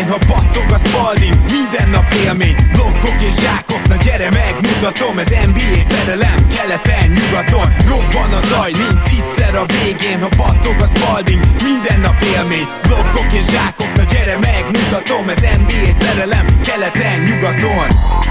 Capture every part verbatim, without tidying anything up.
végén, ha battog a Spalding, minden nap élmény, blokkok és zsákok, na gyere megmutatom, ez en bé á szerelem, keleten, nyugaton, robban a zaj, nincs egyszer a végén, ha battog a Spalding, minden nap élmény, blokkok és zsákok, na gyere megmutatom, ez en bé á szerelem, keleten, nyugaton.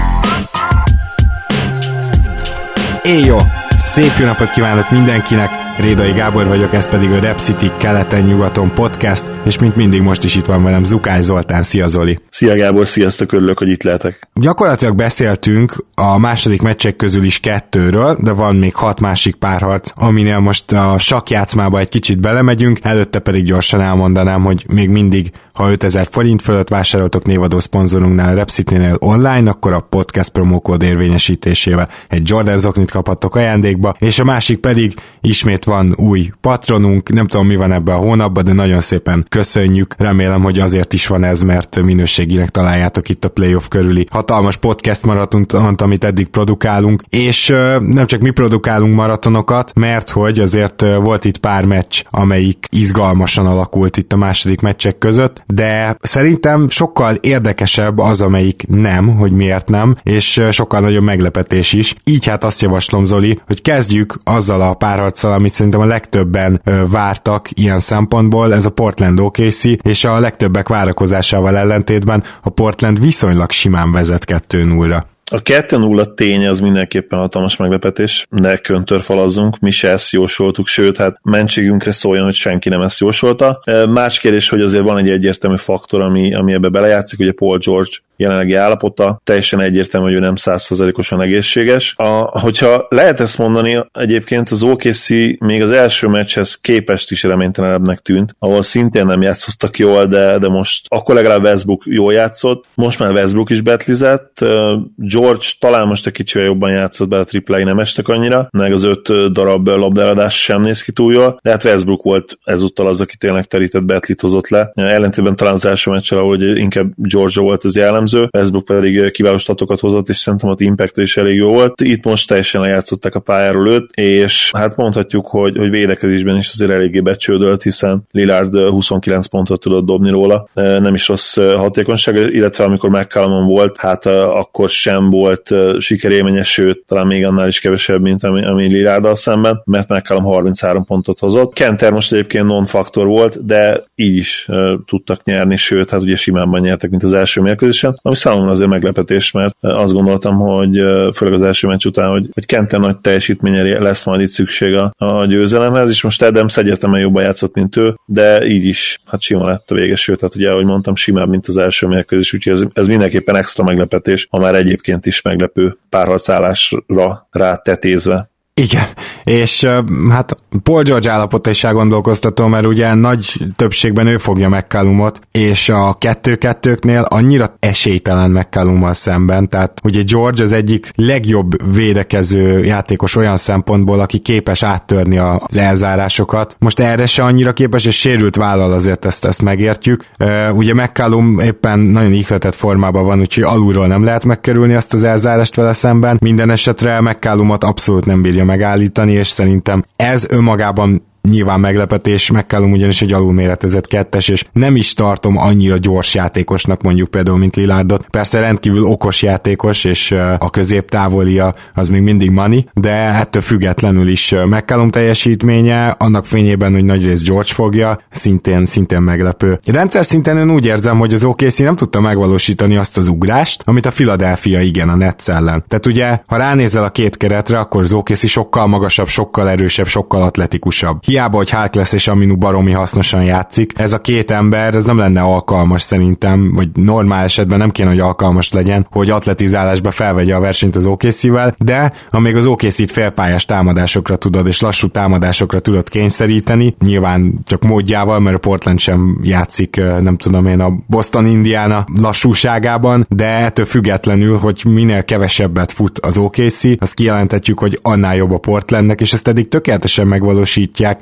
Éjjó! Szép jó napot kívánok mindenkinek! Rédai Gábor vagyok, ez pedig a Rep City keleten-nyugaton podcast, és mint mindig most is itt van velem Zukály Zoltán. Szia Zoli! Szia Gábor, sziasztok, örülök, hogy itt lehetek. Gyakorlatilag beszéltünk a második meccsek közül is kettőről, de van még hat másik párharc, aminél most a sakkjátszmába egy kicsit belemegyünk, előtte pedig gyorsan elmondanám, hogy még mindig, ha ötezer forint fölött vásároltok névadó szponzorunknál a Rep City-nél online, akkor a podcast promókód érvényesítésével egy Jordan zoknit kaphattok ajándékba, és a másik pedig ismét van új patronunk, nem tudom mi van ebben a hónapban, de nagyon szépen köszönjük, remélem, hogy azért is van ez, mert minőséginek találjátok itt a playoff körüli hatalmas podcast maratont, amit eddig produkálunk, és nem csak mi produkálunk maratonokat, mert hogy azért volt itt pár meccs, amelyik izgalmasan alakult itt a második meccsek között, de szerintem sokkal érdekesebb az, amelyik nem, hogy miért nem, és sokkal nagyobb meglepetés is. Így hát azt javaslom, Zoli, hogy kezdjük azzal a párharccal, amit szerintem a legtöbben ö, vártak ilyen szempontból, ez a Portland o ká cé, és a legtöbbek várakozásával ellentétben a Portland viszonylag simán vezet kettő nullra. A kettő nulla tény az mindenképpen hatalmas meglepetés, ne köntörfalazzunk, mi se ezt jósoltuk, sőt, hát mentségünkre szóljon, hogy senki nem ezt jósolta. Más kérdés, hogy azért van egy egyértelmű faktor, ami, ami ebbe belejátszik, ugye Paul George jelenlegi állapota, teljesen egyértelmű, hogy ő nem száz százalékosan egészséges. A, hogyha lehet ezt mondani, egyébként az o ká cé még az első meccshez képest is reménytelenebbnek tűnt, ahol szintén nem játszottak jól, de, de most akkor legalább Westbrook jól játszott, most már Westbrook is betlizett, George talán most egy kicsivel jobban játszott, be a triplái nem estek annyira, meg az öt darab labdáradás sem néz ki túl jól, de hát Westbrook volt ezúttal az, aki tényleg terített, Betlit hozott le. Ellentétben talán az első meccsel, ahogy inkább George volt az jellemző, Westbrook pedig kiváló statokat hozott, és szerintem az impact is elég jó volt. Itt most teljesen lejátszották a pályáról őt, és hát mondhatjuk, hogy, hogy védekezésben is azért eléggé becsődölt, hiszen Lillard huszonkilenc pontot tudott dobni róla, nem is rossz hatékonyság, illetve amikor McCallumon volt, hát akkor sem volt sikerélményes, sőt, talán még annál is kevesebb, mint ami, ami Lillarddal szemben, mert McCallum harminchárom pontot hozott. Kenter most egyébként non-faktor volt, de így is uh, tudtak nyerni, sőt, hát ugye simánban nyertek, mint az első mérkőzésen, ami számomra azért meglepetés, mert azt gondoltam, hogy főleg az első meccs után, hogy, hogy Kenter nagy teljesítményre lesz majd itt szükség a, a győzelemhez, és most Adams egyértelműen jobban játszott, mint ő, de így is, hát sima lett a vége, sőt, hát ugye, ahogy mondtam, simább, mint az első mérkőzés, úgyhogy ez, ez mindenképpen extra meglepetés, ha már egyébként is meglepő párharcállásra rátetézve. Igen, és hát Paul George állapota is elgondolkoztató, mert ugye nagy többségben ő fogja McCallumot, és a kettő-kettőknél annyira esélytelen McCallummal szemben, tehát ugye George az egyik legjobb védekező játékos olyan szempontból, aki képes áttörni az elzárásokat. Most erre se annyira képes, és sérült vállal, azért ezt, ezt megértjük. Ugye McCallum éppen nagyon ihletett formában van, úgyhogy alulról nem lehet megkerülni azt az elzárást vele szemben. Minden esetre McCallumot abszolút nem bírja megállítani, és szerintem ez önmagában nyilván meglepetés, McCallum ugyanis egy alulméretezett kettes, és nem is tartom annyira gyors játékosnak mondjuk például, mint Lillardot. Persze rendkívül okos játékos, és a középtávolia az még mindig money, de ettől függetlenül is McCallum teljesítménye, annak fényében, hogy nagyrészt George fogja, szintén, szintén meglepő. Rendszer szinten én úgy érzem, hogy az o ká cé nem tudta megvalósítani azt az ugrást, amit a Philadelphia igen a Nets ellen. Tehát ugye, ha ránézel a két keretre, akkor az o ká cé sokkal magasabb, sokkal erősebb, sokkal atletikusabb. Hiába, hogy Harkless és Aminu baromi hasznosan játszik. Ez a két ember, ez nem lenne alkalmas szerintem, vagy normál esetben nem kéne, hogy alkalmas legyen, hogy atletizálásba felvegye a versenyt az o ká cével, de amíg az o ká cét félpályás támadásokra tudod, és lassú támadásokra tudod kényszeríteni, nyilván csak módjával, mert a Portland sem játszik, nem tudom én, a Boston Indiana lassúságában, de ettől függetlenül, hogy minél kevesebbet fut az o ká cé, azt kijelentetjük, hogy annál jobb a Portlandnek, és ezt eddig tökéletesen megvalósítják.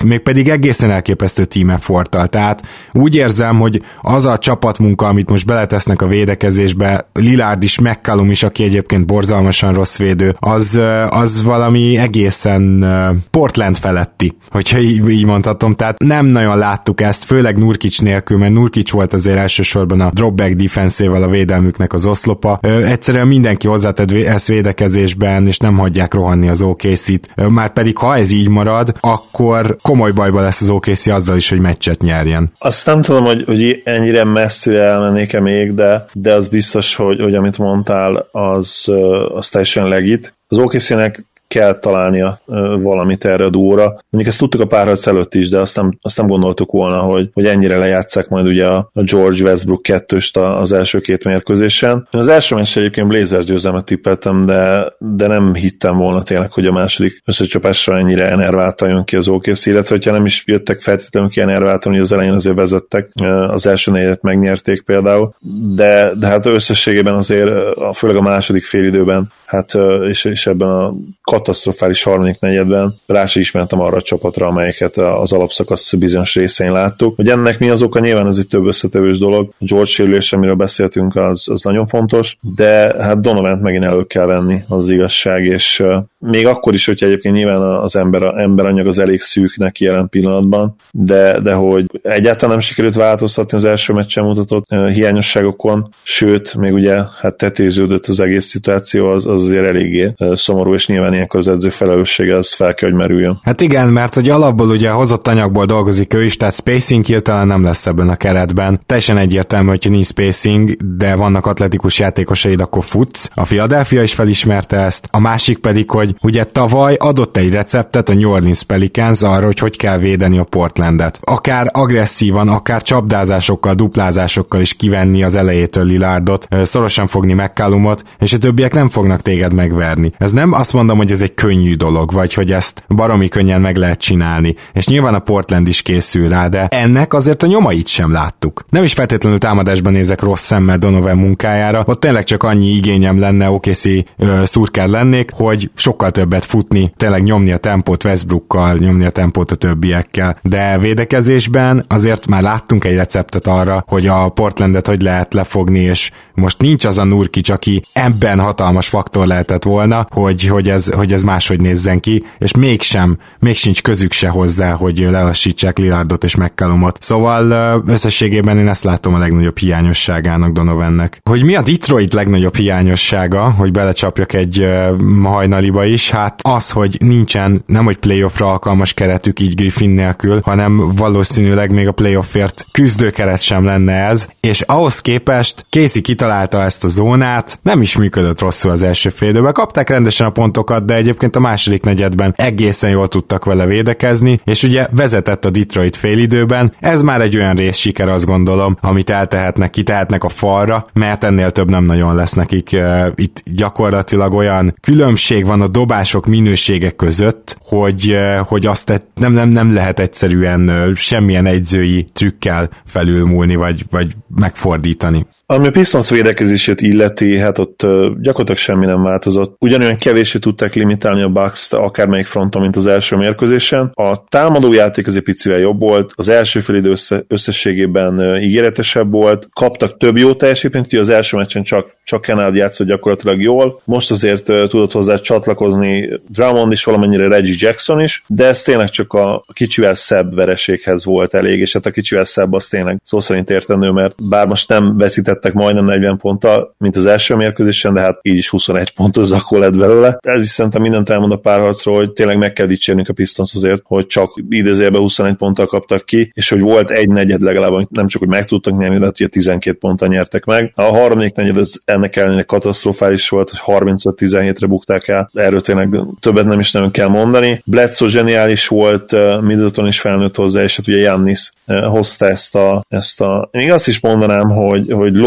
mégpedig egészen elképesztő team efforttal. Tehát úgy érzem, hogy az a csapatmunka, amit most beletesznek a védekezésbe, Lillard is, McCallum is, aki egyébként borzalmasan rossz védő, az, az valami egészen Portland feletti, hogyha így, így mondhatom. Tehát nem nagyon láttuk ezt, főleg Nurkic nélkül, mert Nurkic volt azért elsősorban a dropback defenszével a védelmüknek az oszlopa. Ö, egyszerűen mindenki hozzátett ezt védekezésben, és nem hagyják rohanni az o ká cét. Már pedig, ha ez így marad, akkor komoly bajba lesz az o ká cé azzal is, hogy meccset nyerjen. Azt nem tudom, hogy, hogy ennyire messzire elmennék-e még, de, de az biztos, hogy, hogy amit mondtál, az, az teljesen legit. Az o ká cének kell találnia valamit erre a duóra. Mondjuk ezt tudtuk a párharc előtt is, de azt nem, azt nem gondoltuk volna, hogy, hogy ennyire lejátsszák majd ugye a George Westbrook kettőst az első két mérkőzésen. Az első meccs egyébként Blazers győzelmet tippeltem, de, de nem hittem volna tényleg, hogy a második összecsapásra ennyire enerváltan jön ki az o ká cé, illetve hogyha nem is jöttek feltétlenül ki enerváltan, hogy az elején azért vezettek, az első negyedet megnyerték például, de, de hát összességében azért, főleg a második félidőben, hát és, és ebben a katasztrofális harmadik negyedben rá se ismertem arra a csapatra, amelyeket az alapszakasz bizonyos részein láttuk. Hogy ennek mi az oka, nyilván ez egy több összetevős dolog. A George sérülés, amiről beszéltünk, az, az nagyon fontos, de hát Donovant megint elő kell venni, az igazság, és uh, még akkor is, hogyha egyébként nyilván az ember, emberanyag az elég szűk neki jelen pillanatban, de, de hogy egyáltalán nem sikerült változtatni az első meccsen mutatott uh, hiányosságokon, sőt, még ugye hát tetéződött az egész szituáció, az, az azért eléggé uh, szomorú, és nyilván ilyenkor az edző felelőssége az fel kell, hogy merüljön. Hát igen, mert hogy alapból ugye hozott anyagból dolgozik ő is, tehát spacing hirtelen nem lesz ebben a keretben. Teljesen egyértelmű, hogyha nincs spacing, de vannak atletikus játékosaid, akkor futsz. A Philadelphia is felismerte ezt. A másik pedig, hogy ugye tavaly adott egy receptet a New Orleans Pelicans arra, hogy hogy kell védeni a Portlandet. Akár agresszívan, akár csapdázásokkal, duplázásokkal is kivenni az elejétől Lillardot, szorosan fogni McCallumot, és a többiek nem fognak téged megverni. Ez nem azt mondom, hogy ez egy könnyű dolog, vagy hogy ezt baromi könnyen meg lehet csinálni. És nyilván a Portland is készül rá, de ennek azért a nyomait sem láttuk. Nem is feltétlenül támadásban nézek rossz szemmel Donovan munkájára, ott tényleg csak annyi igényem lenne, o ká cé szurker lennék, hogy sokkal többet futni, tényleg nyomni a tempót Westbrookkal, nyomni a tempót a többiekkel. De védekezésben azért már láttunk egy receptet arra, hogy a Portlandet hogy lehet lefogni, és most nincs az a Nurkic, aki ebben hatalmas faktor lehetett volna, hogy, hogy, ez, hogy ez máshogy nézzen ki, és mégsem, még sincs közük se hozzá, hogy lelassítsák Lillardot és McCallumot. Szóval összességében én ezt látom a legnagyobb hiányosságának Donovannek. Hogy mi a Detroit legnagyobb hiányossága, hogy belecsapjak egy hajnaliba is, hát az, hogy nincsen nem hogy playoffra alkalmas keretük így Griffin nélkül, hanem valószínűleg még a playoffért küzdő keret sem lenne ez, és ahhoz képest Casey kitalálta ezt a zónát, nem is működött rosszul az első fél időben, kapták rendesen a pontokat, de egyébként a második negyedben egészen jól tudtak vele védekezni, és ugye vezetett a Detroit félidőben, ez már egy olyan rész siker, azt gondolom, amit eltehetnek, kitehetnek a falra, mert ennél több nem nagyon lesz nekik. Itt gyakorlatilag olyan különbség van a dobások minősége között, hogy, hogy azt nem, nem, nem lehet egyszerűen semmilyen egyzői trükkel felülmúlni, vagy, vagy megfordítani. Ami a Pistons védekezését illeti, hát ott gyakorlatilag semmi nem változott. Ugyanolyan kevésbé tudták limitálni a Bucks-t akármelyik fronton, mint az első mérkőzésen. A támadójáték azért picivel jobb volt, az első félidő össze, összességében ígéretesebb volt, kaptak több jó teljesítményt, hogy az első meccsen csak, csak Kennard játszott gyakorlatilag jól. Most azért tudott hozzá csatlakozni Drummond is, valamennyire Reggie Jackson is, de ez tényleg csak a kicsivel szebb vereséghez volt elég, és hát a kicsivel szebb az tényleg szó szerint értendő, mert bár most nem veszítettek majdnem negyven ponttal, mint az első mérkőzésen, de hát így is huszonegy pontos zakó lett belőle. Ez is szerintem mindent elmond a párharcról, hogy tényleg meg kell dicsérnünk a Pistons azért, hogy csak idézőjelben huszonegy ponttal kaptak ki, és hogy volt egy negyed legalább, nem csak, hogy meg tudtak nyerni, de ugye tizenkét ponttal nyertek meg. A harmadik negyed az ennek ellenére katasztrofális volt, hogy harmincöt tizenhétre bukták el. Erről tényleg többet nem is nem kell mondani. Bledsoe zseniális volt, Middleton is felnőtt hozzá, és hát ugye Giannis hozta ezt a, ezt a... Még azt is mondanám, hogy, hogy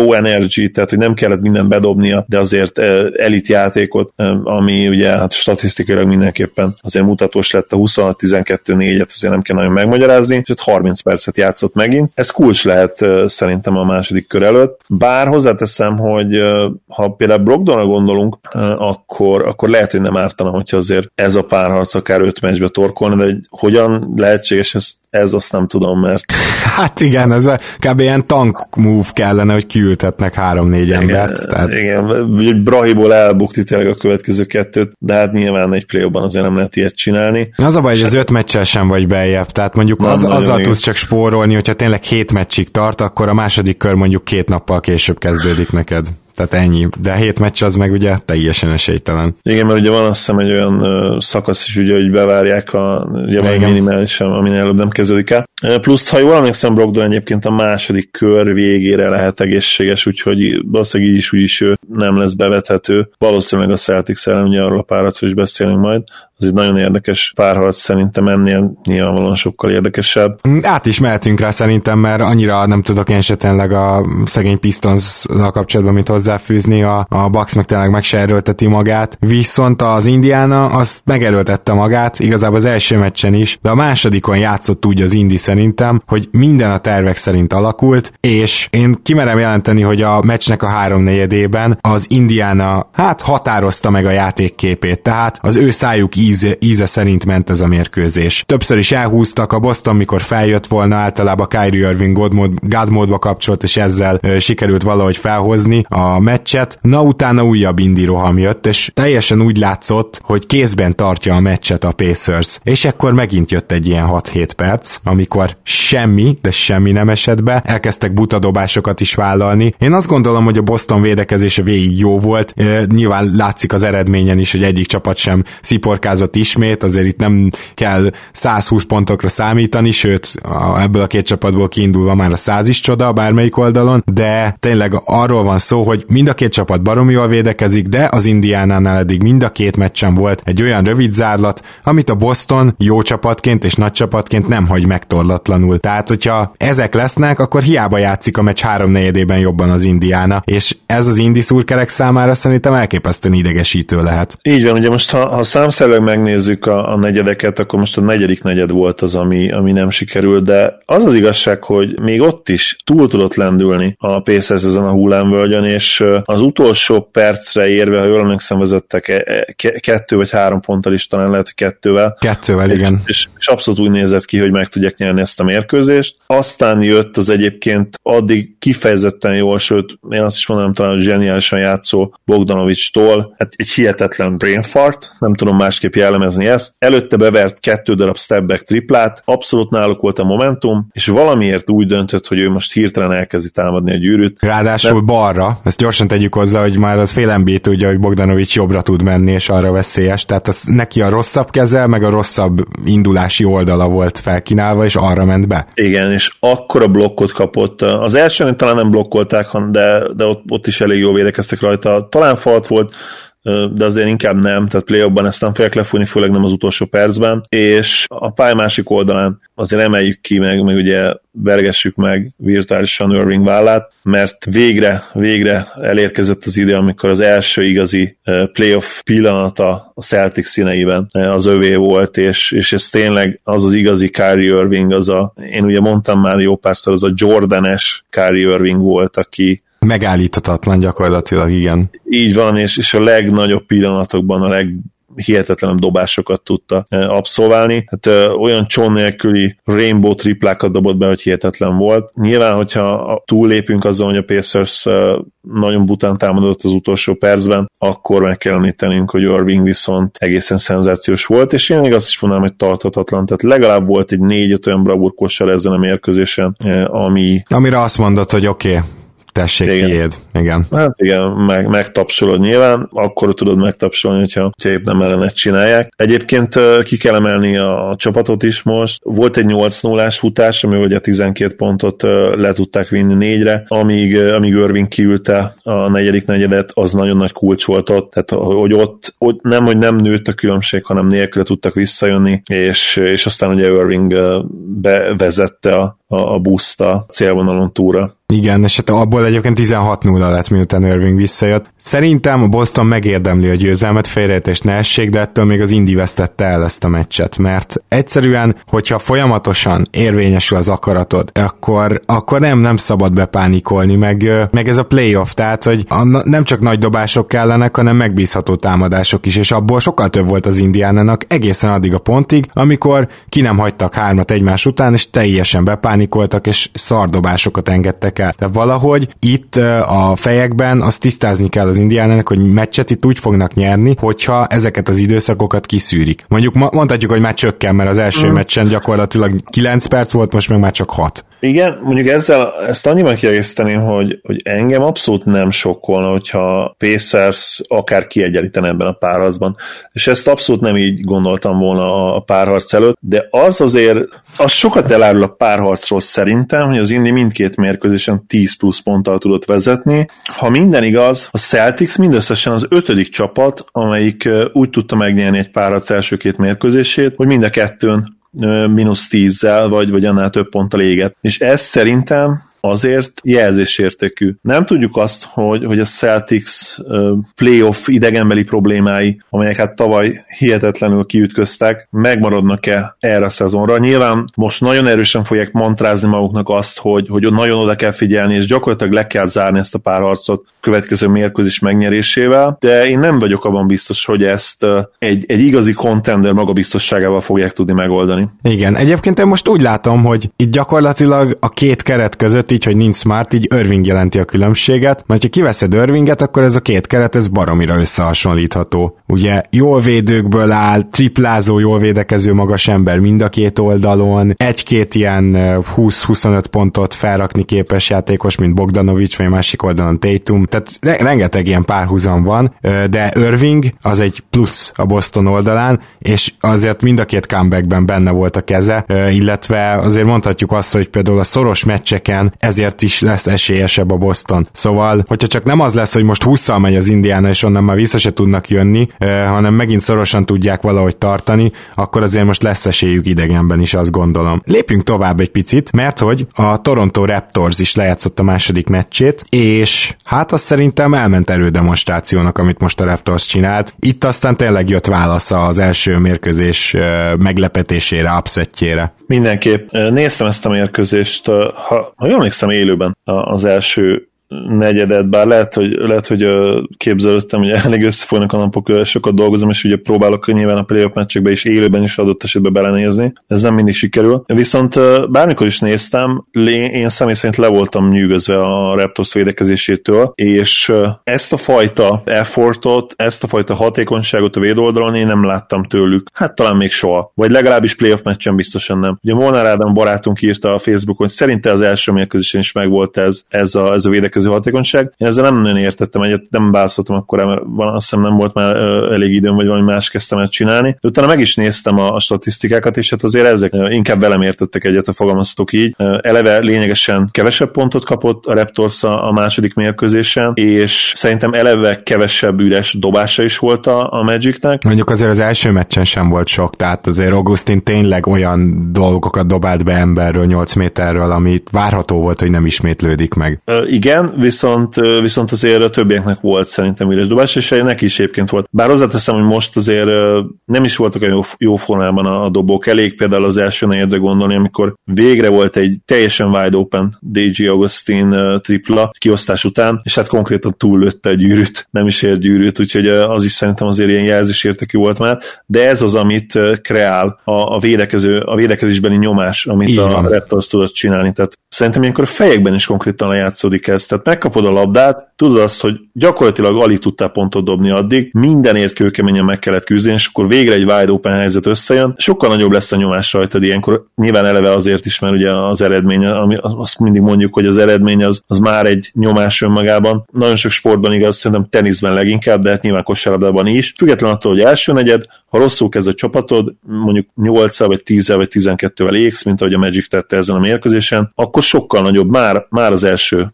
low energy, tehát hogy nem kellett minden bedobnia, de azért elit játékot, ami ugye hát statisztikailag mindenképpen azért mutatós lett, a huszonhat tizenkettő négyet azért nem kell nagyon megmagyarázni, és ott harminc percet játszott megint. Ez kulcs lehet szerintem a második kör előtt. Bár hozzáteszem, hogy ha például Brogdonra gondolunk, akkor, akkor lehet, hogy nem ártana, hogyha azért ez a párharc akár öt meccsbe torkolna, de hogy hogyan lehetséges ez, ez azt nem tudom, mert... Hát igen, ez a kb. Ilyen tank move kellene, hogy kiültetnek három-négy embert. Tehát... Igen, hogy Brahiból elbukti tényleg a következő kettőt, de hát nyilván egy play-offban azért nem lehet ilyet csinálni. Az a baj, hogy az öt meccsel sem vagy beljebb, tehát mondjuk az, azzal tudsz csak spórolni, hogyha tényleg hét meccsig tart, akkor a második kör mondjuk két nappal később kezdődik neked. Tehát ennyi. De a hét meccs az meg ugye teljesen esélytelen. Igen, mert ugye van azt hiszem egy olyan uh, szakasz is, ugye, hogy bevárják a minimálisan, aminél előbb nem kezdődik el. Uh, plusz, ha jól emlékszem, Brogdon egyébként a második kör végére lehet egészséges, úgyhogy valószínűleg így is, úgy is ő nem lesz bevethető. Valószínűleg a Celtics ellen, ugye arról a párharcról is beszélünk majd. Az egy nagyon érdekes párharc, szerintem ennél nyilvánvalóan sokkal érdekesebb. Át is mehetünk rá szerintem, mert annyira nem tudok én se tényleg a szegény Pistons-zal kapcsolatban, mint hozzáfűzni, a, a Bucks meg tényleg meg se erőlteti magát. Viszont az Indiana az megerőltette magát, igazából az első meccsen is, de a másodikon játszott úgy az Indi szerintem, hogy minden a tervek szerint alakult, és én kimerem jelenteni, hogy a meccsnek a háromnegyedében az Indiana hát határozta meg a játékképét, tehát az ő szájuk íze, íze szerint ment ez a mérkőzés. Többször is elhúztak, a Boston, mikor feljött volna, általában Kyrie Irving God, mód, God módba kapcsolt, és ezzel ö, sikerült valahogy felhozni a meccset. Na utána újabb Indi roham jött, és teljesen úgy látszott, hogy kézben tartja a meccset a Pacers. És ekkor megint jött egy ilyen hat-hét perc, amikor semmi, de semmi nem esett be, elkezdtek butadobásokat is vállalni. Én azt gondolom, hogy a Boston védekezése végig jó volt. E, nyilván látszik az eredményen is, hogy egyik csapat sem sziporkázott ismét, azért itt nem kell százhúsz pontokra számítani, sőt, a, ebből a két csapatból kiindulva már a száz is csoda bármelyik oldalon, de tényleg arról van szó, hogy mind a két csapat baromi jól védekezik, de az Indiánánál eddig mind a két meccsen volt egy olyan rövid zárlat, amit a Boston jó csapatként és nagy csapatként nem hagy megtorlatlanul. Tehát, hogyha ezek lesznek, akkor hiába játszik a meccs háromnegyedében jobban az Indiana, és ez az Indi szurkerek számára szerintem elképesztően idegesítő lehet. Így van, ugye most ha, ha számszerűleg megnézzük a, a negyedeket, akkor most a negyedik negyed volt az, ami, ami nem sikerült, de az az igazság, hogy még ott is túl tudott lendülni a Pacers ezen a hullámvölgyön, és az utolsó percre érve, ha jól emlékszem, vezettek kettő vagy három ponttal is, talán lehet, hogy kettővel. Kettővel, igen. És, és, és abszolút úgy nézett ki, hogy meg tudják nyerni ezt a mérkőzést. Aztán jött az egyébként addig kifejezetten jól, sőt, én azt is mondanám, talán, hogy zseniálisan játszó Bogdanovics-tól, hát egy hihetetlen brain fart, nem tudom másképp jellemezni ezt. Előtte bevert kettő darab step-back triplát, abszolút náluk volt a momentum, és valamiért úgy döntött, hogy ő most hirtelen elkezdi támadni a gyűrűt. Ráadásul de... balra, ezt gyorsan tegyük hozzá, hogy már az fél en bé tudja, hogy Bogdanovics jobbra tud menni, és arra veszélyes, tehát az neki a rosszabb keze, meg a rosszabb indulási oldala volt felkínálva, és arra ment be. Igen, és akkora blokkot kapott. Az elsőn talán nem blokkolták, de, de ott, ott is elég jól védekeztek rajta. Talán falt volt, de azért inkább nem, tehát play-offban ezt nem fogják lefújni, főleg nem az utolsó percben, és a pálya másik oldalán azért emeljük ki, meg, meg ugye vergessük meg virtuálisan Irving vállát, mert végre, végre elérkezett az idő, amikor az első igazi playoff pillanata a Celtics színeiben az övé volt, és, és ez tényleg az az igazi Kyrie Irving, az a, én ugye mondtam már jó párszor, az a Jordan-es Kyrie Irving volt, aki megállíthatatlan gyakorlatilag, igen. Így van, és, és a legnagyobb pillanatokban a leghihetetlenebb dobásokat tudta abszolválni. Hát ö, olyan cson nélküli rainbow triplákat dobott be, hogy hihetetlen volt. Nyilván, hogyha túllépünk azon, hogy a Pacers ö, nagyon bután támadott az utolsó percben, akkor meg kell említenünk, hogy Irving viszont egészen szenzációs volt, és én még azt is mondanám, hogy tarthatatlan. Tehát legalább volt egy négy-öt olyan bravúrkossal ezen a mérkőzésen, ami... Amire azt mondod, hogy oké, okay. Tessék, igen. Tiéd. Igen. Hát igen, meg, megtapsolod nyilván, akkor tudod megtapsolni, hogyha, hogyha épp nem ellenet csinálják. Egyébként ki kell emelni a, a csapatot is most. Volt egy nyolc nullás futás, ami ugye tizenkét pontot le tudták vinni négyre, amíg, amíg Irving kiülte a negyedik negyedet, az nagyon nagy kulcs volt ott, tehát hogy ott, ott nem, hogy nem nőtt a különbség, hanem nélküle tudtak visszajönni, és, és aztán ugye Irving bevezette a a, a boost a célvonalon túlra. Igen, és hát abból egyébként tizenhat nulla lett, miután Irving visszajött. Szerintem a Boston megérdemli a győzelmet, félreértést ne essék, de ettől még az Indy vesztette el ezt a meccset, mert egyszerűen, hogyha folyamatosan érvényesül az akaratod, akkor, akkor nem, nem szabad bepánikolni, meg, meg ez a playoff, tehát, hogy a, nem csak nagy dobások kellenek, hanem megbízható támadások is, és abból sokkal több volt az Indiánának egészen addig a pontig, amikor ki nem hagytak hármat egymás után, és teljesen bepánikoltak, és szardobásokat engedtek el. Tehát valahogy itt a fejekben azt tisztázni kell az Indiánának, hogy meccset itt úgy fognak nyerni, hogyha ezeket az időszakokat kiszűrik. Mondjuk mondhatjuk, hogy már csökken, mert az első mm. meccsen gyakorlatilag kilenc perc volt, most meg már csak hat. Igen, mondjuk ezzel ezt annyiban kiegészíteném, hogy, hogy engem abszolút nem sokkolna, hogyha Pacers akár kiegyenlítene ebben a párharcban. És ezt abszolút nem így gondoltam volna a párharc előtt, de az azért, az sokat elárul a párharcról szerintem, hogy az Indy mindkét mérkőzésen tíz plusz ponttal tudott vezetni. Ha minden igaz, a Celtics mindösszesen az ötödik csapat, amelyik úgy tudta megnyerni egy párharc első két mérkőzését, hogy mind a kettőn mínusz tízzel, vagy, vagy annál több ponttal éget. És ez szerintem azért jelzésértékű. Nem tudjuk azt, hogy, hogy a Celtics uh, playoff idegenbeli problémái, amelyek hát tavaly hihetetlenül kiütköztek, megmaradnak-e erre a szezonra. Nyilván most nagyon erősen fogják mantrázni maguknak azt, hogy, hogy nagyon oda kell figyelni, és gyakorlatilag le kell zárni ezt a párharcot következő mérkőzés megnyerésével, de én nem vagyok abban biztos, hogy ezt uh, egy, egy igazi contender magabiztosságával fogják tudni megoldani. Igen, egyébként én most úgy látom, hogy itt gyakorlatilag a két keret között így, hogy nincs Smart, így Irving jelenti a különbséget, mert ha kiveszed Irvinget, akkor ez a két keret, ez baromira összehasonlítható. Ugye jól védőkből áll, triplázó, jól védekező magas ember mind a két oldalon, egy-két ilyen húsz-huszonöt pontot felrakni képes játékos, mint Bogdanovics, vagy másik oldalon Tatum, tehát re- rengeteg ilyen párhuzam van, de Irving az egy plusz a Boston oldalán, és azért mind a két comebackben benne volt a keze, illetve azért mondhatjuk azt, hogy például a szoros meccseken ezért is lesz esélyesebb a Boston. Szóval, hogyha csak nem az lesz, hogy most hússzal megy az Indiana, és onnan már vissza se tudnak jönni, eh, hanem megint szorosan tudják valahogy tartani, akkor azért most lesz esélyük idegenben is, azt gondolom. Lépjünk tovább egy picit, mert hogy a Toronto Raptors is lejátszott a második meccsét, és hát azt szerintem elment erődemonstrációnak, amit most a Raptors csinált. Itt aztán tényleg jött válasz az első mérkőzés eh, meglepetésére, upsetjére. Mindenképp. Néztem ezt a mérkőzést, ha, ha jól emlékszem élőben az első negyedet, bár lehet, hogy, lehet, hogy képzelődtem, hogy elég összefolynak a napok, sokat dolgozom, és ugye próbálok nyilván a playoff meccsekbe is élőben is adott esetben belenézni, ez nem mindig sikerül. Viszont bármikor is néztem, én személy szerint le voltam nyűgözve a Raptors védekezésétől, és ezt a fajta effortot, ezt a fajta hatékonyságot a védőoldalon én nem láttam tőlük, hát talán még soha, vagy legalábbis playoff meccsen biztosan nem. Ugye Molnár Ádám barátunk írta a Facebookon, hogy szerinte az első mérkőzésen is megvolt ez, ez a, ez a védekezés hatékonyság. Én ezzel nem nagyon értettem egyet, nem válaszoltam akkor, mert van, azt hiszem nem volt már elég időm, vagy valami más kezdtem el csinálni. De utána meg is néztem a, a statisztikákat, és hát azért ezek inkább velem értettek egyet, a fogalmazhatok így. Eleve lényegesen kevesebb pontot kapott a Raptors a, a második mérkőzésen, és szerintem eleve kevesebb üres dobása is volt a, a Magicnek. Mondjuk azért az első meccsen sem volt sok, tehát azért Augustin tényleg olyan dolgokat dobált be emberről, nyolc méterről, amit várható volt, hogy nem ismétlődik meg. Uh, igen, viszont, viszont azért a többieknek volt szerintem üres dobás, és neki is egyébként volt. Bár hozzáteszem, hogy most azért nem is voltak olyan jó, jó formában a dobók. Elég például az első negyedre gondolni, amikor végre volt egy teljesen wide open dé gé Augustin tripla kiosztás után, és hát konkrétan túllőtte a gyűrűt, nem is ért gyűrűt, úgyhogy az is szerintem azért ilyen jelzésértékű volt már, de ez az, amit kreál a, a, védekező, a védekezésbeni nyomás, amit így a van. Raptors tudott csinálni. Tehát szerintem ilyenkor a fejekben is konkrétan lejátszódik ez. Tehát megkapod a labdát, tudod azt, hogy gyakorlatilag alig tudtál pontot dobni addig, mindenért kőkeményen meg kellett küzdeni, és akkor végre egy wide open helyzet összejön, sokkal nagyobb lesz a nyomás rajtad ilyenkor, nyilván eleve azért is, mert ugye az eredmény, ami, azt mindig mondjuk, hogy az eredmény az, az már egy nyomás önmagában. Nagyon sok sportban igaz, szerintem teniszben leginkább, de hát nyilván kosárlabdában is. Független attól, hogy első negyed, ha rosszul kezd a csapatod, mondjuk nyolc vagy tíz vagy tizenkettővel égsz, mint ahogy a Magic tette ezen a mérkőzésen, akkor sokkal nagyobb, már, már az első negyedben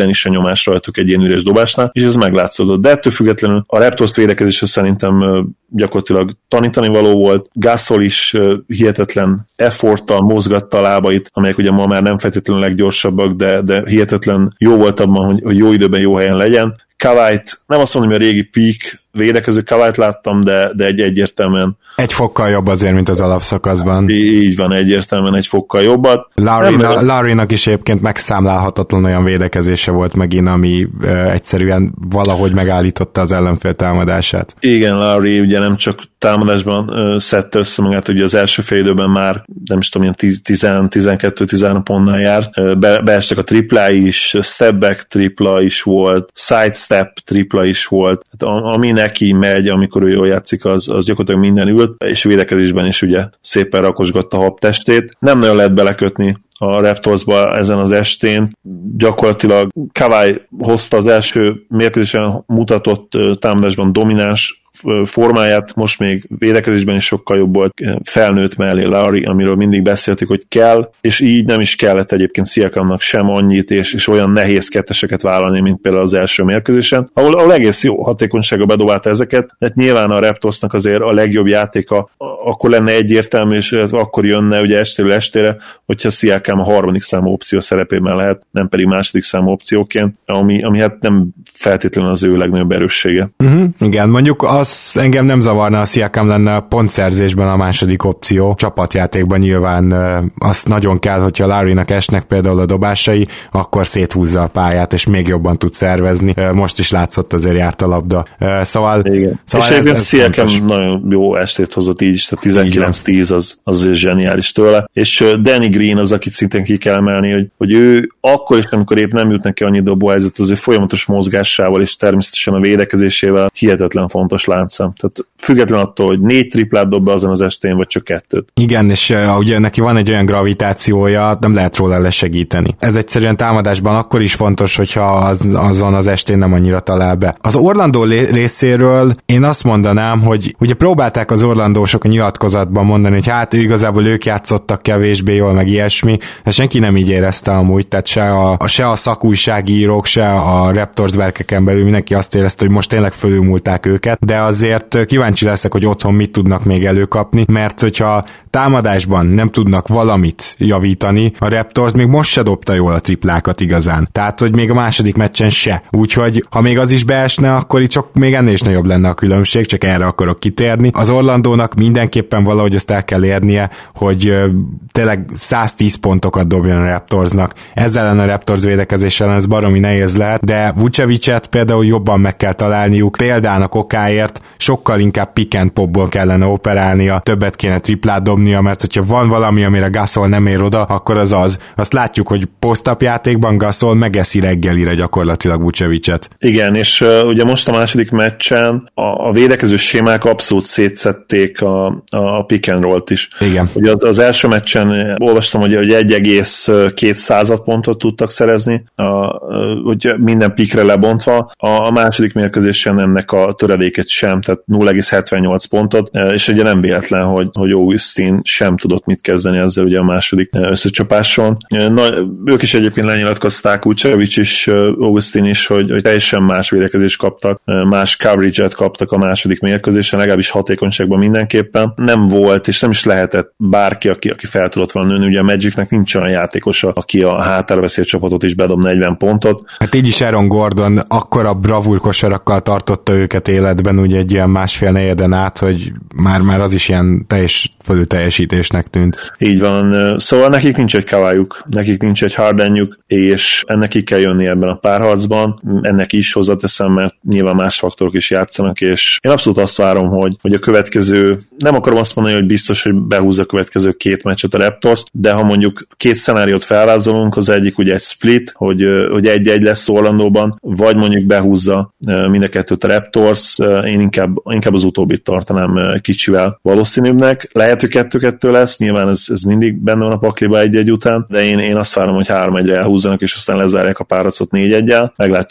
innen is a nyomás rajtuk egy ilyen üres dobásnál, és ez meglátszódott. De ettől függetlenül a Raptors védekezésre szerintem gyakorlatilag tanítani való volt. Gasol is hihetetlen efforttal mozgatta a lábait, amelyek ugye ma már nem feltétlenül leggyorsabbak, de, de hihetetlen jó volt abban, hogy, hogy jó időben jó helyen legyen. Kawait, nem azt mondom, hogy a régi peak védekező Kawait láttam, de, de egy egyértelműen egy fokkal jobb azért, mint az alapszakaszban. Így van, egyértelműen egy fokkal jobbat. Larry-nak is egyébként megszámlálhatatlan olyan védekezése volt megint, ami uh, egyszerűen valahogy megállította az ellenfél támadását. Igen, Larry ugye nem csak támadásban uh, szedte össze magát, ugye az első fél időben már nem is tudom, ilyen tíz-tizenkettő-tizenhárom pontnál járt. Uh, be, beestek a triplái is, step back tripla is volt, side step tripla is volt. Hát, ami neki megy, amikor ő jól játszik, az, az gyakorlatilag minden ült, és védekezésben is ugye szépen rakosgatta a habtestét. Nem nagyon lehet belekötni a Raptorsba ezen az estén. Gyakorlatilag Kawhi hozta az első mérkőzésen mutatott támadásban domináns formáját, most még védekezésben is sokkal jobb volt, felnőtt mellé Larry, amiről mindig beszéltük, hogy kell, és így nem is kellett egyébként Siakamnak sem annyit, és, és olyan nehéz ketteseket vállalni, mint például az első mérkőzésen, ahol, ahol egész jó hatékonysága bedobálta ezeket, de nyilván a Raptorsnak azért a legjobb játéka akkor lenne egyértelmű, és akkor jönne ugye estéről estére, hogyha Siakam a harmadik számú opció szerepében lehet, nem pedig második számú opcióként, ami, ami hát nem feltétlenül az ő legnagyobb erőssége. Uh-huh, igen, mondjuk az engem nem zavarna, a Siakam lenne a pontszerzésben a második opció. Csapatjátékban nyilván azt nagyon kell, hogyha Larrynak esnek például a dobásai, akkor széthúzza a pályát, és még jobban tud szervezni. Most is látszott, azért járt a labda. Szóval, igen. szóval és ez, ez Siakam nagyon jó estét hozott így is, tehát tizenkilenc tíz az, az azért zseniális tőle. És Danny Green az, akit szintén ki kell emelni, hogy, hogy ő akkor is, amikor épp nem jut neki annyi dobóhelyzet, az ő folyamatos mozgásával és természetesen a védekezésével hihetetlen fontos láncszem. Tehát független attól, hogy négy triplát dob be azon az estén, vagy csak kettőt. Igen, és uh, ugye neki van egy olyan gravitációja, nem lehet róla lesegíteni. Ez egyszerűen támadásban akkor is fontos, hogyha az, azon az estén nem annyira talál be. Az Orlandó részéről én azt mondanám, hogy ugye próbálták az orlandósok a nyilatkozatban mondani, hogy hát ő igazából ők játszottak kevésbé jól, meg ilyesmi, de senki nem így érezte amúgy, tehát se a, a, se a szakújságírók, se a Raptors berkeken belül mindenki azt érezte, hogy most tényleg fölülmúlták őket, de azért kíváncsi leszek, hogy otthon mit tudnak még előkapni, mert hogyha támadásban nem tudnak valamit javítani, a Raptors még most se dobta jól a triplákat igazán. Tehát, hogy még a második meccsen se. Úgyhogy, ha még az is beesne, akkor itt csak még ennél is nagyobb lenne a különbség, csak erre akarok kitérni. Az Orlandónak mindenképpen valahogy ezt el kell érnie, hogy uh, tényleg száztíz pontokat dobjon a Raptorsnak. Ezzel ellen a Raptors védekezés ellen ez baromi nehéz lehet, de Vucevicet például jobban meg kell találniuk. Példának okáért sokkal inkább pick and popból kellene operálnia, többet kéne triplát dobnia, mert hogyha van valami, amire Gasol nem ér oda, akkor az az. Azt látjuk, hogy post-up játékban Gasol megeszi reggelire gyakorlatilag Vucevicet. Igen, és uh, ugye most a második meccsen a, a védekező sémák abszolút szétszették a, a pick and rollt is. Igen. Ugye az, az első meccsen olvastam, hogy, hogy egy egész két pontot tudtak szerezni, a, hogy minden pikre lebontva, a, a második mérkőzésen ennek a töredéket sem, tehát nulla egész hetvennyolc pontot, és ugye nem véletlen, hogy, hogy Augustin sem tudott mit kezdeni ezzel ugye a második összecsapáson. Na, ők is egyébként lenyilatkozták, Vucevic is, Augustin is, hogy, hogy teljesen más védekezést kaptak, más coverage-et kaptak a második mérkőzésen, legalábbis hatékonyságban mindenképpen. Nem volt, és nem is lehetett bárki, aki, aki fel tudott volna nőni. Ugye a Magicnek nincs olyan játékosa, aki a hátára veszi a csapatot is bedob negyven pontot. Hát így is Aaron Gordon akkora bravúr kosarakkal tartotta őket életben, ugye egy ilyen másfél negyeden át, hogy már, már az is ilyen teljes fölül teljesítésnek tűnt. Így van. Szóval nekik nincs egy Kawhijuk, nekik nincs egy Hardenjük, és ennek ki kell jönni ebben a párharcban. Ennek is hozzáteszem, mert nyilván más faktorok is játszanak, és én abszolút azt várom, hogy, hogy a következő, nem akarom azt mondani, hogy biztos, hogy behúzza a következő két meccset a Raptors, de ha mondjuk két szenáriót felvázolunk, az egyik ugye egy split, hogy, hogy egy-egy lesz Orlandóban, vagy mondjuk behúzza mind a kettőt a Raptors, én inkább, inkább az utóbbit tartanám kicsivel valószínűbbnek. Lehet, hogy kettő-kettő lesz, nyilván ez, ez mindig benne van a pakliba egy-egy után, de én, én azt várom, hogy három egyre elhúzzanak, és aztán lezárják a párharcot négy egyel. Meglátjuk, hogy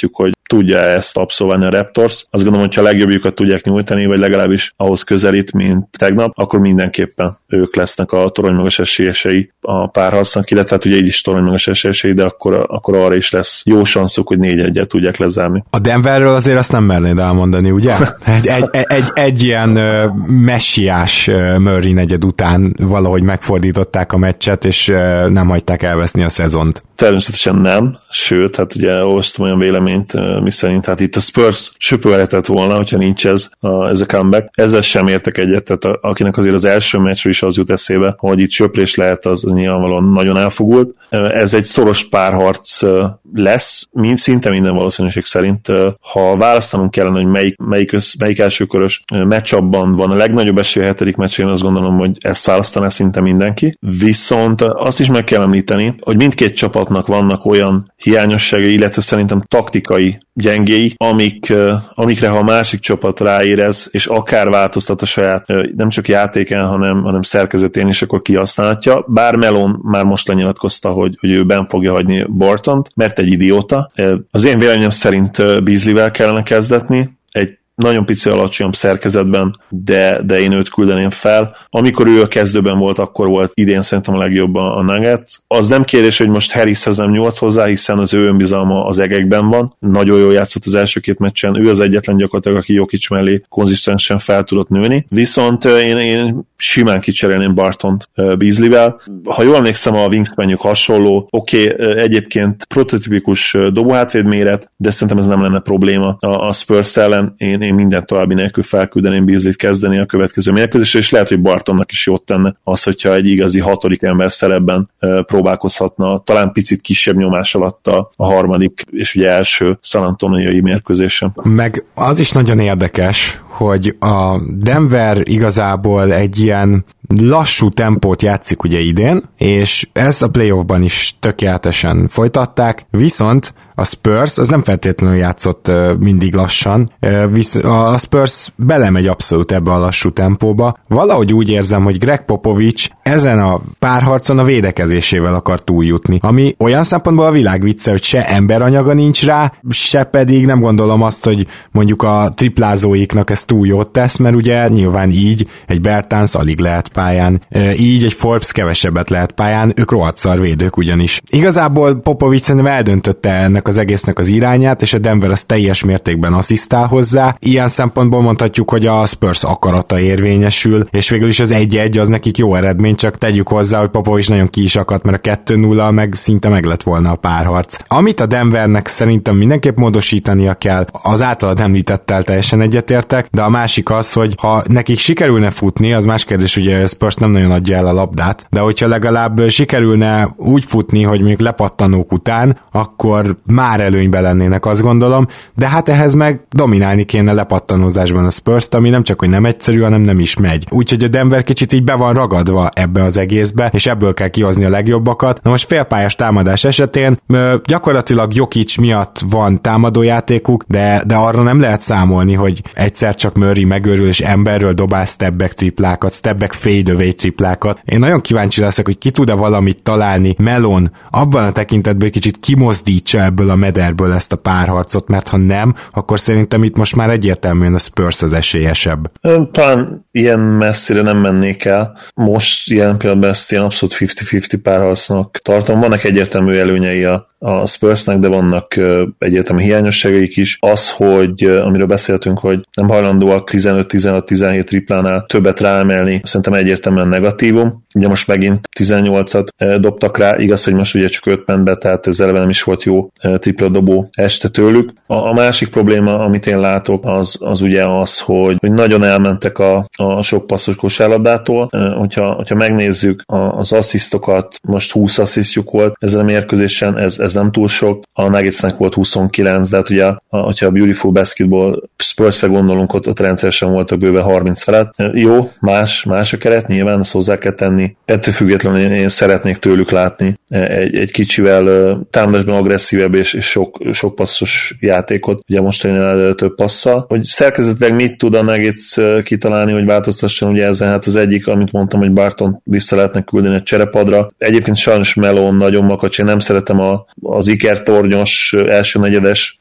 tudja ezt abszolválni a Raptors. Azt gondolom, hogyha a legjobbjukat tudják nyújtani, vagy legalábbis ahhoz közelít, mint tegnap, akkor mindenképpen ők lesznek a toronymagas esélyesei a párharcnak, illetve hát ugye így is toronymagas esélyesei, de akkor, akkor arra is lesz jó sanszuk, hogy négy egyet tudják lezárni. A Denverről azért azt nem mernéd elmondani, ugye? Egy, egy, egy, egy ilyen uh, messiás uh, Murray negyed után valahogy megfordították a meccset, és uh, nem hagyták elveszni a szezont. Természetesen nem, sőt, hát ugye olvastam olyan véleményt, miszerint hát itt a Spurs söpörhetett volna, hogyha nincs ez a, ez a comeback. Ezzel sem értek egyet, tehát akinek azért az első meccsről is az jut eszébe, hogy itt söprés lehet, az, az nyilvánvalóan nagyon elfogult. Ez egy szoros párharc lesz, mind, szinte minden valószínűség szerint. Ha választanunk kellene, hogy melyik, melyik, össz, melyik elsőkörös matchupban van a legnagyobb esély a hetedik meccs, én azt gondolom, hogy ezt választaná szinte mindenki. Viszont azt is meg kell említeni, hogy mindkét csapatnak vannak olyan hiányosságai, illetve szerintem taktikai gyengéi, amik, amikre ha a másik csapat ráérez, és akár változtat a saját nem csak játékán, hanem, hanem szerkezetén is, akkor kihasználhatja. Bár Melon már most lenyilatkozta, hogy, hogy ő benn fogja hagyni Bartont, mert egy idióta. Az én véleményem szerint Beasley-vel kellene kezdetni, egy nagyon pici alacsonyabb szerkezetben, de, de én őt küldeném fel. Amikor ő a kezdőben volt, akkor volt idén szerintem a legjobb a Nuggets. Az nem kérdés, hogy most Harrishez nem nyúlsz hozzá, hiszen az ő önbizalma az egekben van. Nagyon jól játszott az első két meccsen. Ő az egyetlen gyakorlatilag, aki Jokic mellé konzisztensen fel tudott nőni. Viszont én, én simán kicserélném Bartont Beasley-vel. Ha jól emlékszem, a wingspanjuk hasonló. Oké, okay, egyébként prototipikus dobóhátvéd méret, de szerintem ez nem lenne probléma a, a Spurs ellen. Én én minden további nélkül felküldeném Beasley-t kezdeni a következő mérkőzésre, és lehet, hogy Bartonnak is jót tenne az, hogyha egy igazi hatodik ember szerepben e, próbálkozhatna, talán picit kisebb nyomás alatt a, a harmadik és ugye első San Antonioi mérkőzésen. Meg az is nagyon érdekes, hogy a Denver igazából egy ilyen lassú tempót játszik ugye idén, és ez a playoffban is tökéletesen folytatták, viszont a Spurs az nem feltétlenül játszott uh, mindig lassan, uh, visz, a Spurs belemegy abszolút ebbe a lassú tempóba. Valahogy úgy érzem, hogy Greg Popovich ezen a párharcon a védekezésével akar túljutni, ami olyan szempontból a világ vicce, hogy se emberanyaga nincs rá, se pedig nem gondolom azt, hogy mondjuk a triplázóiknak ez túl jót tesz, mert ugye nyilván így egy Bertans alig lehet pályán, uh, így egy Forbes kevesebbet lehet pályán, ők rohadt szar védők ugyanis. Igazából Popovich szerintem eldöntötte ennek az egésznek az irányát, és a Denver az teljes mértékben asszisztál hozzá. Ilyen szempontból mondhatjuk, hogy a Spurs akarata érvényesül, és végül is az egy-egy az nekik jó eredmény, csak tegyük hozzá, hogy Popovich nagyon ki is akadt, mert a kettő nulla meg szinte meg lett volna a párharc. Amit a Denvernek szerintem mindenképp módosítania kell, az általad említettel teljesen egyetértek, de a másik az, hogy ha nekik sikerülne futni, az más kérdés, ugye a Spurs nem nagyon adja el a labdát, de hogyha legalább sikerülne úgy futni, hogy még lepattanók után, akkor már előnyben lennének, azt gondolom, de hát ehhez meg dominálni kéne lepattanózásban a Spurs-t, ami nem csak, hogy nem egyszerű, hanem nem is megy. Úgyhogy a Denver kicsit így be van ragadva ebbe az egészbe, és ebből kell kihozni a legjobbakat. Na most félpályás támadás esetén gyakorlatilag Jokic miatt van támadójátékuk, de, de arra nem lehet számolni, hogy egyszer csak Murray megőrül, és emberről dobál stepback triplákat, stepback fadeaway triplákat. Én nagyon kíváncsi leszek, hogy ki tud-e valamit találni Melon abban a tekintetben kicsit kimozdítsa ebből a mederből ezt a párharcot, mert ha nem, akkor szerintem itt most már egyértelműen a Spurs az esélyesebb. Talán ilyen messzire nem mennék el. Most ilyen pillanatban ezt ilyen abszolút fifty-fifty párharcnak tartom. Vannak egyértelmű előnyei a a Spursnek, de vannak egyértelmű hiányosságaik is. Az, hogy amiről beszéltünk, hogy nem hajlandóak tizenöt tizenhat tizenhét triplánál többet ráemelni, szerintem egyértelműen negatívum. Ugye most megint tizennyolcat dobtak rá, igaz, hogy most ugye csak öt ment be, tehát ez eleve nem is volt jó tripla dobó este tőlük. A, a másik probléma, amit én látok, az, az ugye az, hogy, hogy nagyon elmentek a, a sok passzos kosárlabdától. Hogyha, hogyha megnézzük az asszisztokat, most húsz asszisztjuk volt ezen a mérkőzésen, ez, ez nem túl sok, a Nuggetsnek volt huszonkilenc, de hát ugye, hogyha a Beautiful Basketball Spurs-re gondolunk, ott, ott rendszeresen voltak bőve harminc felett. Jó, más, más a keret, nyilván ezt hozzá kell tenni. Ettől függetlenül én, én szeretnék tőlük látni egy, egy kicsivel támadásban agresszívebb és, és sok, sok passzos játékot, ugye most én több passzal. Hogy szerkezetileg mit tud a Nuggets kitalálni, hogy változtasson ugye ezen, hát az egyik, amit mondtam, hogy Barton vissza lehetne küldeni egy cserepadra. Egyébként sajnos Melon nagyon makacs, én nem szeretem a az ikertornyos első negyedes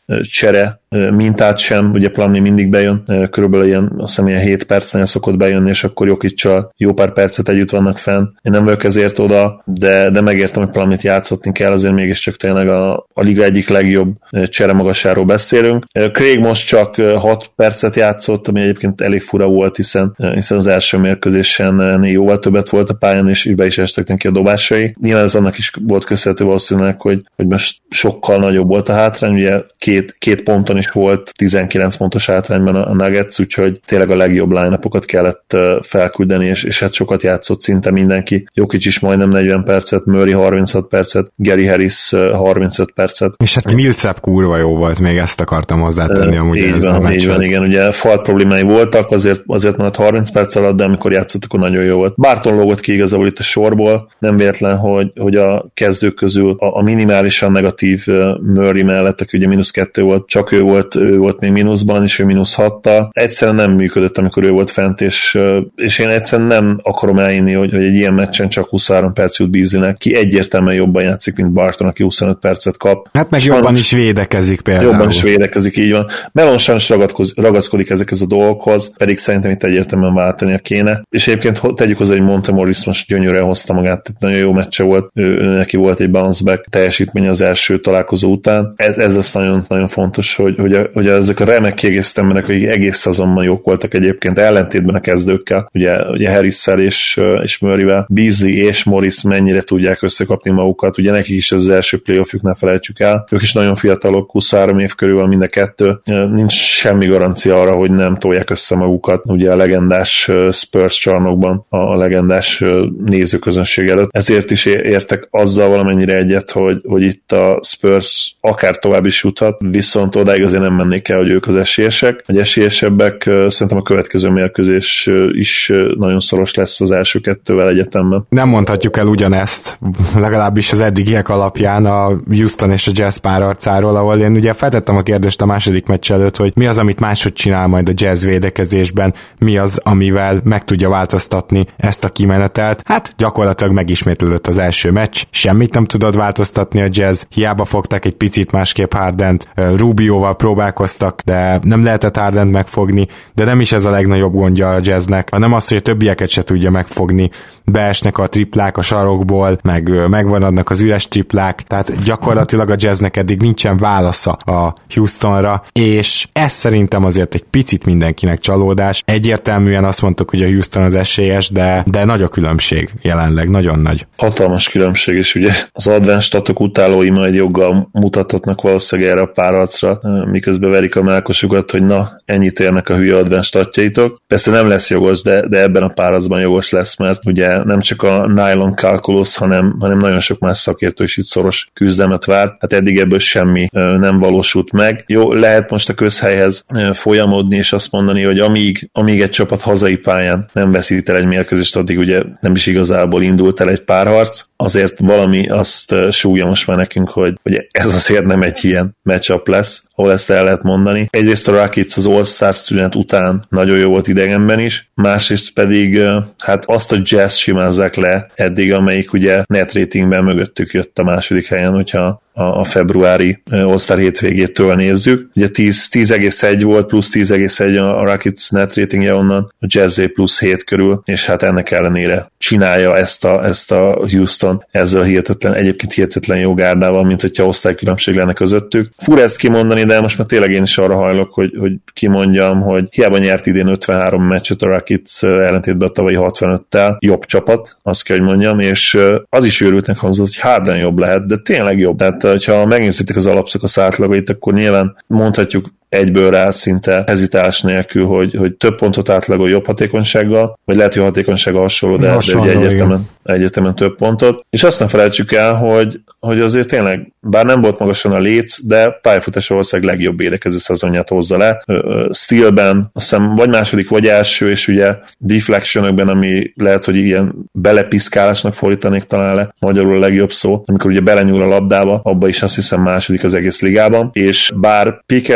csere mintát sem, ugye Plumlee mindig bejön, körülbelül ilyen, azt hiszem ilyen hét percnél szokott bejönni, és akkor Jokic-sal jó pár percet együtt vannak fenn. Én nem vagyok ezért oda, de, de megértem, hogy Plumlee-t játszatni kell, azért mégiscsak tényleg a, a liga egyik legjobb csere magasáról beszélünk. Craig most csak hat percet játszott, ami egyébként elég fura volt, hiszen, hiszen az első mérkőzésen jóval többet volt a pályán, és be is estek neki a dobásai. Nyilván ez annak is volt köszönhető valószínűleg, hogy, hogy most sokkal nagyobb volt a hátrány, ugye két, két ponton is volt tizenkilenc pontos hátrányban a Nuggets, úgyhogy tényleg a legjobb line-upokat kellett felküldeni, és, és hát sokat játszott szinte mindenki. Jokic is majdnem negyven percet, Murray harminchat percet, Gary Harris harmincöt percet. És hát Millsap kurva jó volt, még ezt akartam hozzátenni amúgy így ez van, a meccshez. Így van, igen, ugye falt problémái voltak, azért, azért maradt harminc perc alatt, de amikor játszott, akkor nagyon jó volt. Barton lógott ki igazából itt a sorból, nem véletlen, hogy, hogy a kezdők közül a, a minimálisan negatív Murray mellett, aki ugye mínusz kettő volt, csak ő volt, ő volt még mínuszban, és ő mínusz hattal. Egyszerűen nem működött, amikor ő volt fent, és, és én egyszerűen nem akarom elinni, hogy, hogy egy ilyen meccsen csak huszonhárom perc jut Beasleynek, ki egyértelműen jobban játszik, mint Barton, aki huszonöt percet kap. Hát meg jobban sajnos, is védekezik például. Jobban is védekezik, így van. Melon sajnos ragaszkodik ezekhez a dolgokhoz, pedig szerintem itt egyértelműen váltania kéne. És egyébként tegyük hozzá, hogy Montemoris most gyönyörűen hozta magát, itt nagyon jó meccse volt, ő, ő, neki volt egy bounce back teljesítmény az első találkozó után. Ez, ez lesz nagyon, nagyon fontos, hogy, hogy, a, hogy ezek a remek kiegészítő emberek, akik egész szezonban jók voltak egyébként, ellentétben a kezdőkkel, ugye, ugye Harris-szel és, és Murray-vel, Beasley és Morris mennyire tudják összekapni magukat, ugye nekik is ez az első playoffjuk, ne felejtsük el. Ők is nagyon fiatalok, huszonhárom év körül van mind a kettő. Nincs semmi garancia arra, hogy nem tolják össze magukat, ugye a legendás Spurs csarnokban, a legendás nézőközönség előtt. Ezért is értek azzal valamennyire egyet, hogy, hogy itt a Spurs akár tovább is juthat, viszont odáig azért nem mennék el, hogy ők az esélyesek. Hogy esélyesebbek, szerintem a következő mérkőzés is nagyon szoros lesz az első kettővel egyetemben. Nem mondhatjuk el ugyanezt, legalábbis az eddigiek alapján a Houston és a Jazz párharcáról, ahol én ugye feltettem a kérdést a második meccs előtt, hogy mi az, amit máshogy csinál majd a Jazz védekezésben, mi az, amivel meg tudja változtatni ezt a kimenetelt. Hát gyakorlatilag megismétlődött az első meccs, semmit nem tudod változtatni a Jazz, hiába fogták egy picit másképp Hardent, Rubioval próbálkoztak, de nem lehetett Hardent megfogni, de nem is ez a legnagyobb gondja a Jazznek, hanem az, hogy a többieket se tudja megfogni, beesnek a triplák a sarokból, meg megvanadnak az üres triplák, tehát gyakorlatilag a Jazznek eddig nincsen válasza a Houstonra, és ez szerintem azért egy picit mindenkinek csalódás. Egyértelműen azt mondtuk, hogy a Houston az esélyes, de, de nagy a különbség jelenleg, nagyon nagy. Hatalmas különbség, és ugye az advanced statok utálói majd joggal mutathatnak valószínűleg erre a párharcra, miközben verik a melkosukat, hogy na, ennyit érnek a hülye advanced statjaitok. Persze nem lesz jogos, de, de ebben a párharcban jogos lesz, mert ugye nem csak a nylon calculus, hanem, hanem nagyon sok más szakértő is itt szoros küzdelmet vár. Hát eddig ebből semmi nem valósult meg. Jó, lehet most a közhelyhez folyamodni, és azt mondani, hogy amíg, amíg egy csapat hazai pályán nem veszít el egy mérkőzést, addig ugye nem is igazából indult el egy párharc. Azért valami azt súgja most már nekünk, hogy, hogy ez azért nem egy ilyen matchup lesz, ahol ezt el lehet mondani. Egyrészt a Rockets az All-Star szünet után nagyon jó volt idegenben is, másrészt pedig hát azt a Jazz simázzák le eddig, amelyik ugye net ratingben mögöttük jött a második helyen, hogyha a februári All-Star hétvégétől nézzük. Ugye tíz egész egy volt, plusz tíz egész egy a Rockets net ratingje onnan, a Jazzé plusz hét körül, és hát ennek ellenére csinálja ezt a, ezt a Houston ezzel a hihetetlen, egyébként hihetetlen jó gárdával, mint hogyha osztálykülönbség lenne közöttük. Fura ezt kimondani, de most már tényleg én is arra hajlok, hogy, hogy kimondjam, hogy hiába nyert idén ötvenhárom meccset a Rockets ellentétben a tavalyi hatvanöttel, jobb csapat, azt kell, hogy mondjam, és az is őrültnek hangzott, hogy Harden jobb lehet, de tényleg jobb. Tehát ha megnézitek az alapszakasz átlagait, akkor nyilván mondhatjuk egyből rá szinte hezitálás nélkül, hogy, hogy több pontot átlagol jobb hatékonysággal, vagy lehet, hogy a hatékonysága hasonló, de, hasonló, de ugye egyértelműen, egyértelműen több pontot. És azt nem felejtsük el, hogy, hogy azért tényleg, bár nem volt magasan a léc, de pályafutás ország legjobb védekező szezonját hozza le. Steelben, azt hiszem, vagy második, vagy első, és ugye deflectionökben, ami lehet, hogy ilyen belepiszkálásnak fordítanék talán le, magyarul a legjobb szó, amikor ugye belenyúl a labdába, abba is azt hiszem második az egész ligában, és bár pick and roll ellen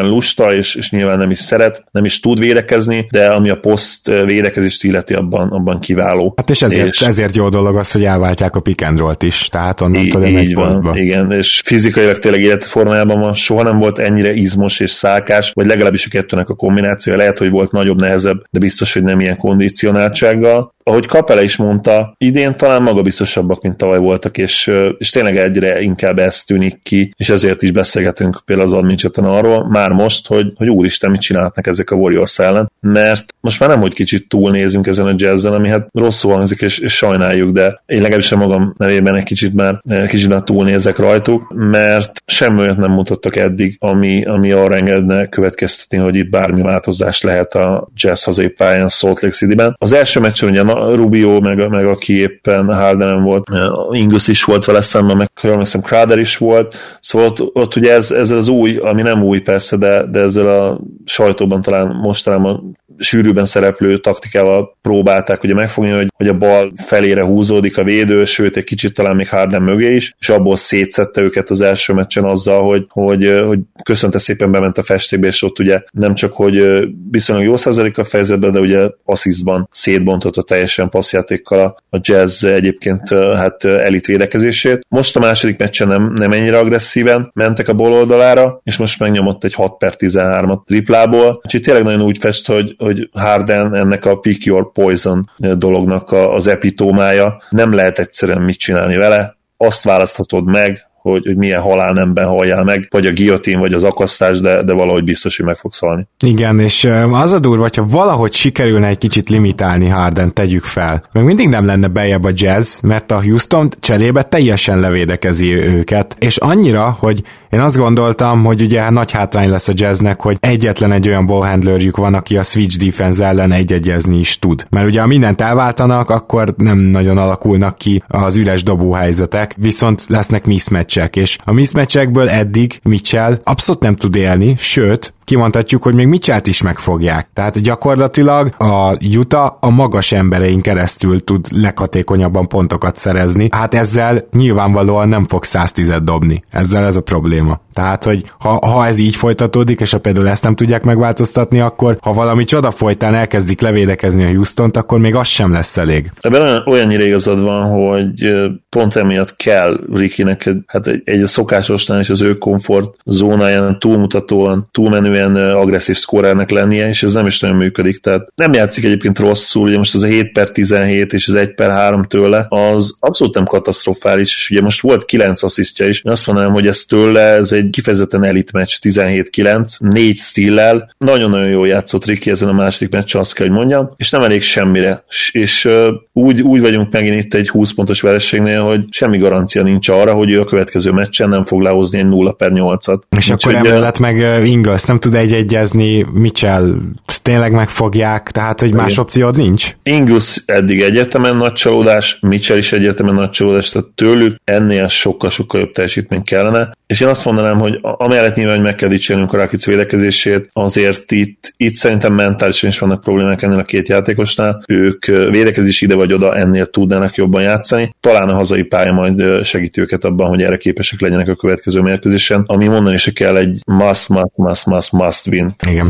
egyszerűen lusta, és, és nyilván nem is szeret, nem is tud védekezni, de ami a poszt védekezést illeti, abban, abban kiváló. Hát és ezért, és ezért jó dolog az, hogy elváltják a pick and roll-t is, tehát onnantól ő megy posztba. Igen, és fizikailag tényleg életformájában van, soha nem volt ennyire izmos és szálkás, vagy legalábbis a kettőnek a kombinációja, lehet, hogy volt nagyobb, nehezebb, de biztos, hogy nem ilyen kondicionáltsággal. Ahogy Capella is mondta, idén talán magabiztosabbak, mint tavaly voltak, és, és tényleg egyre inkább ez tűnik ki, és ezért is beszélgetünk például az admin chaten arról, már most, hogy, hogy úristen, mit csinálhatnak ezek a Warriors ellen, mert most már nem, hogy kicsit túlnézünk ezen a Jazzen, ami hát rosszul hangzik, és, és sajnáljuk, de én legalábbis a magam nevében egy kicsit már, kicsit már túlnézek rajtuk, mert semmi olyat nem mutattak eddig, ami, ami arra engedne következtetni, hogy itt bármi változás lehet a Jazz hazai pályán Salt Lake Cityben. Az első meccsen ugye Rubio, meg, meg aki éppen Hardenen volt, Ingles is volt vele szemben, meg körülmeszem Crowder is volt, szóval ott, ott ugye ez, ez az új, ami nem új persze, de, de ezzel a sajtóban talán mostanában sűrűben szereplő taktikával próbálták ugye megfogni, hogy, hogy a bal felére húzódik a védő, sőt egy kicsit talán még Harden mögé is, és abból szétszette őket az első meccsen azzal, hogy, hogy, hogy köszönte szépen bement a festékbe, és ott ugye nem csak, hogy viszonylag jó százalékkal fejezett be, de ugye asszisztban szétbontotta teljesen passzjátékkal a, a Jazz egyébként hát elit védekezését. Most a második meccsen nem, nem ennyire agresszíven mentek a bal oldalára, és most megnyomott egy hat per tizenhármat triplából, úgyhogy tényleg nagyon úgy fest, hogy hogy Harden ennek a pick your poison dolognak az epitómája. Nem lehet egyszerűen mit csinálni vele, azt választhatod meg, hogy, hogy milyen halálnemben halljál meg, vagy a guillotine, vagy az akasztás, de, de valahogy biztos, hogy meg fogsz halni. Igen, és az a durva, hogyha valahogy sikerülne egy kicsit limitálni Harden, tegyük fel. Meg mindig nem lenne bejebb a Jazz, mert a Houston cserébe teljesen levédekezi őket, és annyira, hogy én azt gondoltam, hogy ugye nagy hátrány lesz a Jazznek, hogy egyetlen egy olyan ballhandlerjük van, aki a switch defense ellen egyegyezni is tud. Mert ugye ha mindent elváltanak, akkor nem nagyon alakulnak ki az üres dobóhelyzetek, viszont lesznek mismatchek, és a mismatchekből eddig Mitchell abszolút nem tud élni, sőt, kimondhatjuk, hogy még Mitchellt is megfogják. Tehát gyakorlatilag a Utah a magas emberein keresztül tud leghatékonyabban pontokat szerezni. Hát ezzel nyilvánvalóan nem fog száztízet dobni. Ezzel ez a probléma. Tehát, hogy ha, ha ez így folytatódik, és ha például ezt nem tudják megváltoztatni, akkor ha valami csoda folytán elkezdik levédekezni a Houstont, akkor még az sem lesz elég. Ebben olyannyira igazad van, hogy pont emiatt kell Rickynek hát egy, egy szokásosnál és az ő komfort zónáján túlmutatóan, túlmenően agresszív szkórernek lennie, és ez nem is nagyon működik. Tehát nem játszik egyébként rosszul, ugye most az a hét per tizenhét és az egy per három tőle, az abszolút nem katasztrofális, és ugye most volt kilenc asszisztja is. Én azt mondanám, hogy ez tőle, ez egy kifejezetten elit meccs, tizenhét kilenc, négy steallel. Nagyon-nagyon jól játszott Ricky ezen a második meccsen, azt kell, hogy mondjam, és nem elég semmire. És uh, úgy, úgy vagyunk megint itt egy húsz pontos vereségnél, hogy semmi garancia nincs arra, hogy ő a következő meccsen nem fog lehozni egy nulla per nyolcat. És úgy, akkor emellett meg Ingles nem tud egyegyezni, Mitchell tényleg megfogják, tehát hogy más opciód nincs? Ingles eddig egyértelműen nagy csalódás, Mitchell is egyértelműen nagy csalódás, tehát tőlük ennél sokkal-sokkal jobb teljesítmény kellene, és én azt mondanám, hogy amellett nyilván, hogy meg kell dicsérnünk a Rockets védekezését, azért itt, itt szerintem mentálisan is vannak problémák ennél a két játékosnál, ők védekezés ide vagy oda ennél tudnának jobban játszani, talán a hazai pálya majd segít őket abban, hogy erre képesek legyenek a következő mérkőzésen, ami mondani se kell egy must, must, must, must, must win. Igen.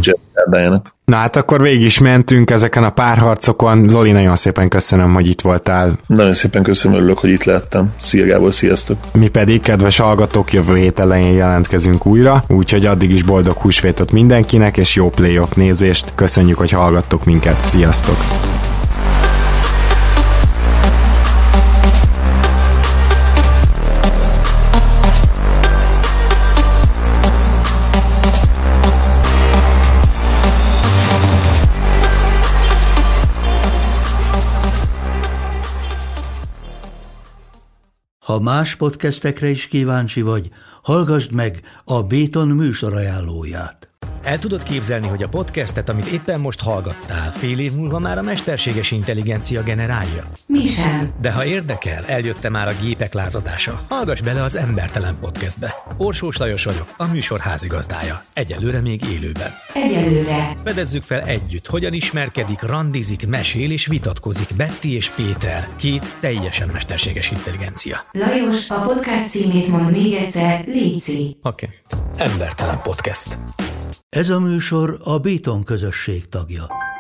Na hát akkor végig is mentünk ezeken a párharcokon. Zoli, nagyon szépen köszönöm, hogy itt voltál. Nagyon szépen köszönöm, örülök, hogy itt lehettem. Szia Gábor, sziasztok! Mi pedig, kedves hallgatók, jövő hét elején jelentkezünk újra, úgyhogy addig is boldog húsvétot mindenkinek, és jó playoff nézést. Köszönjük, hogy hallgattok minket. Sziasztok! Ha más podcastekre is kíváncsi vagy, hallgassd meg a Béton műsor ajánlóját. El tudod képzelni, hogy a podcastet, amit éppen most hallgattál, fél év múlva már a mesterséges intelligencia generálja? Mi sem. De ha érdekel, eljött már a gépek lázadása. Hallgass bele az Embertelen Podcastbe. Orsós Lajos vagyok, a műsor házigazdája. Egyelőre még élőben. Egyelőre. Fedezzük fel együtt, hogyan ismerkedik, randizik, mesél és vitatkozik Betty és Péter, két teljesen mesterséges intelligencia. Lajos, a podcast címét mond még egyszer, léci. Oké. Okay. Embertelen Podcast. Ez a műsor a Béton közösség tagja.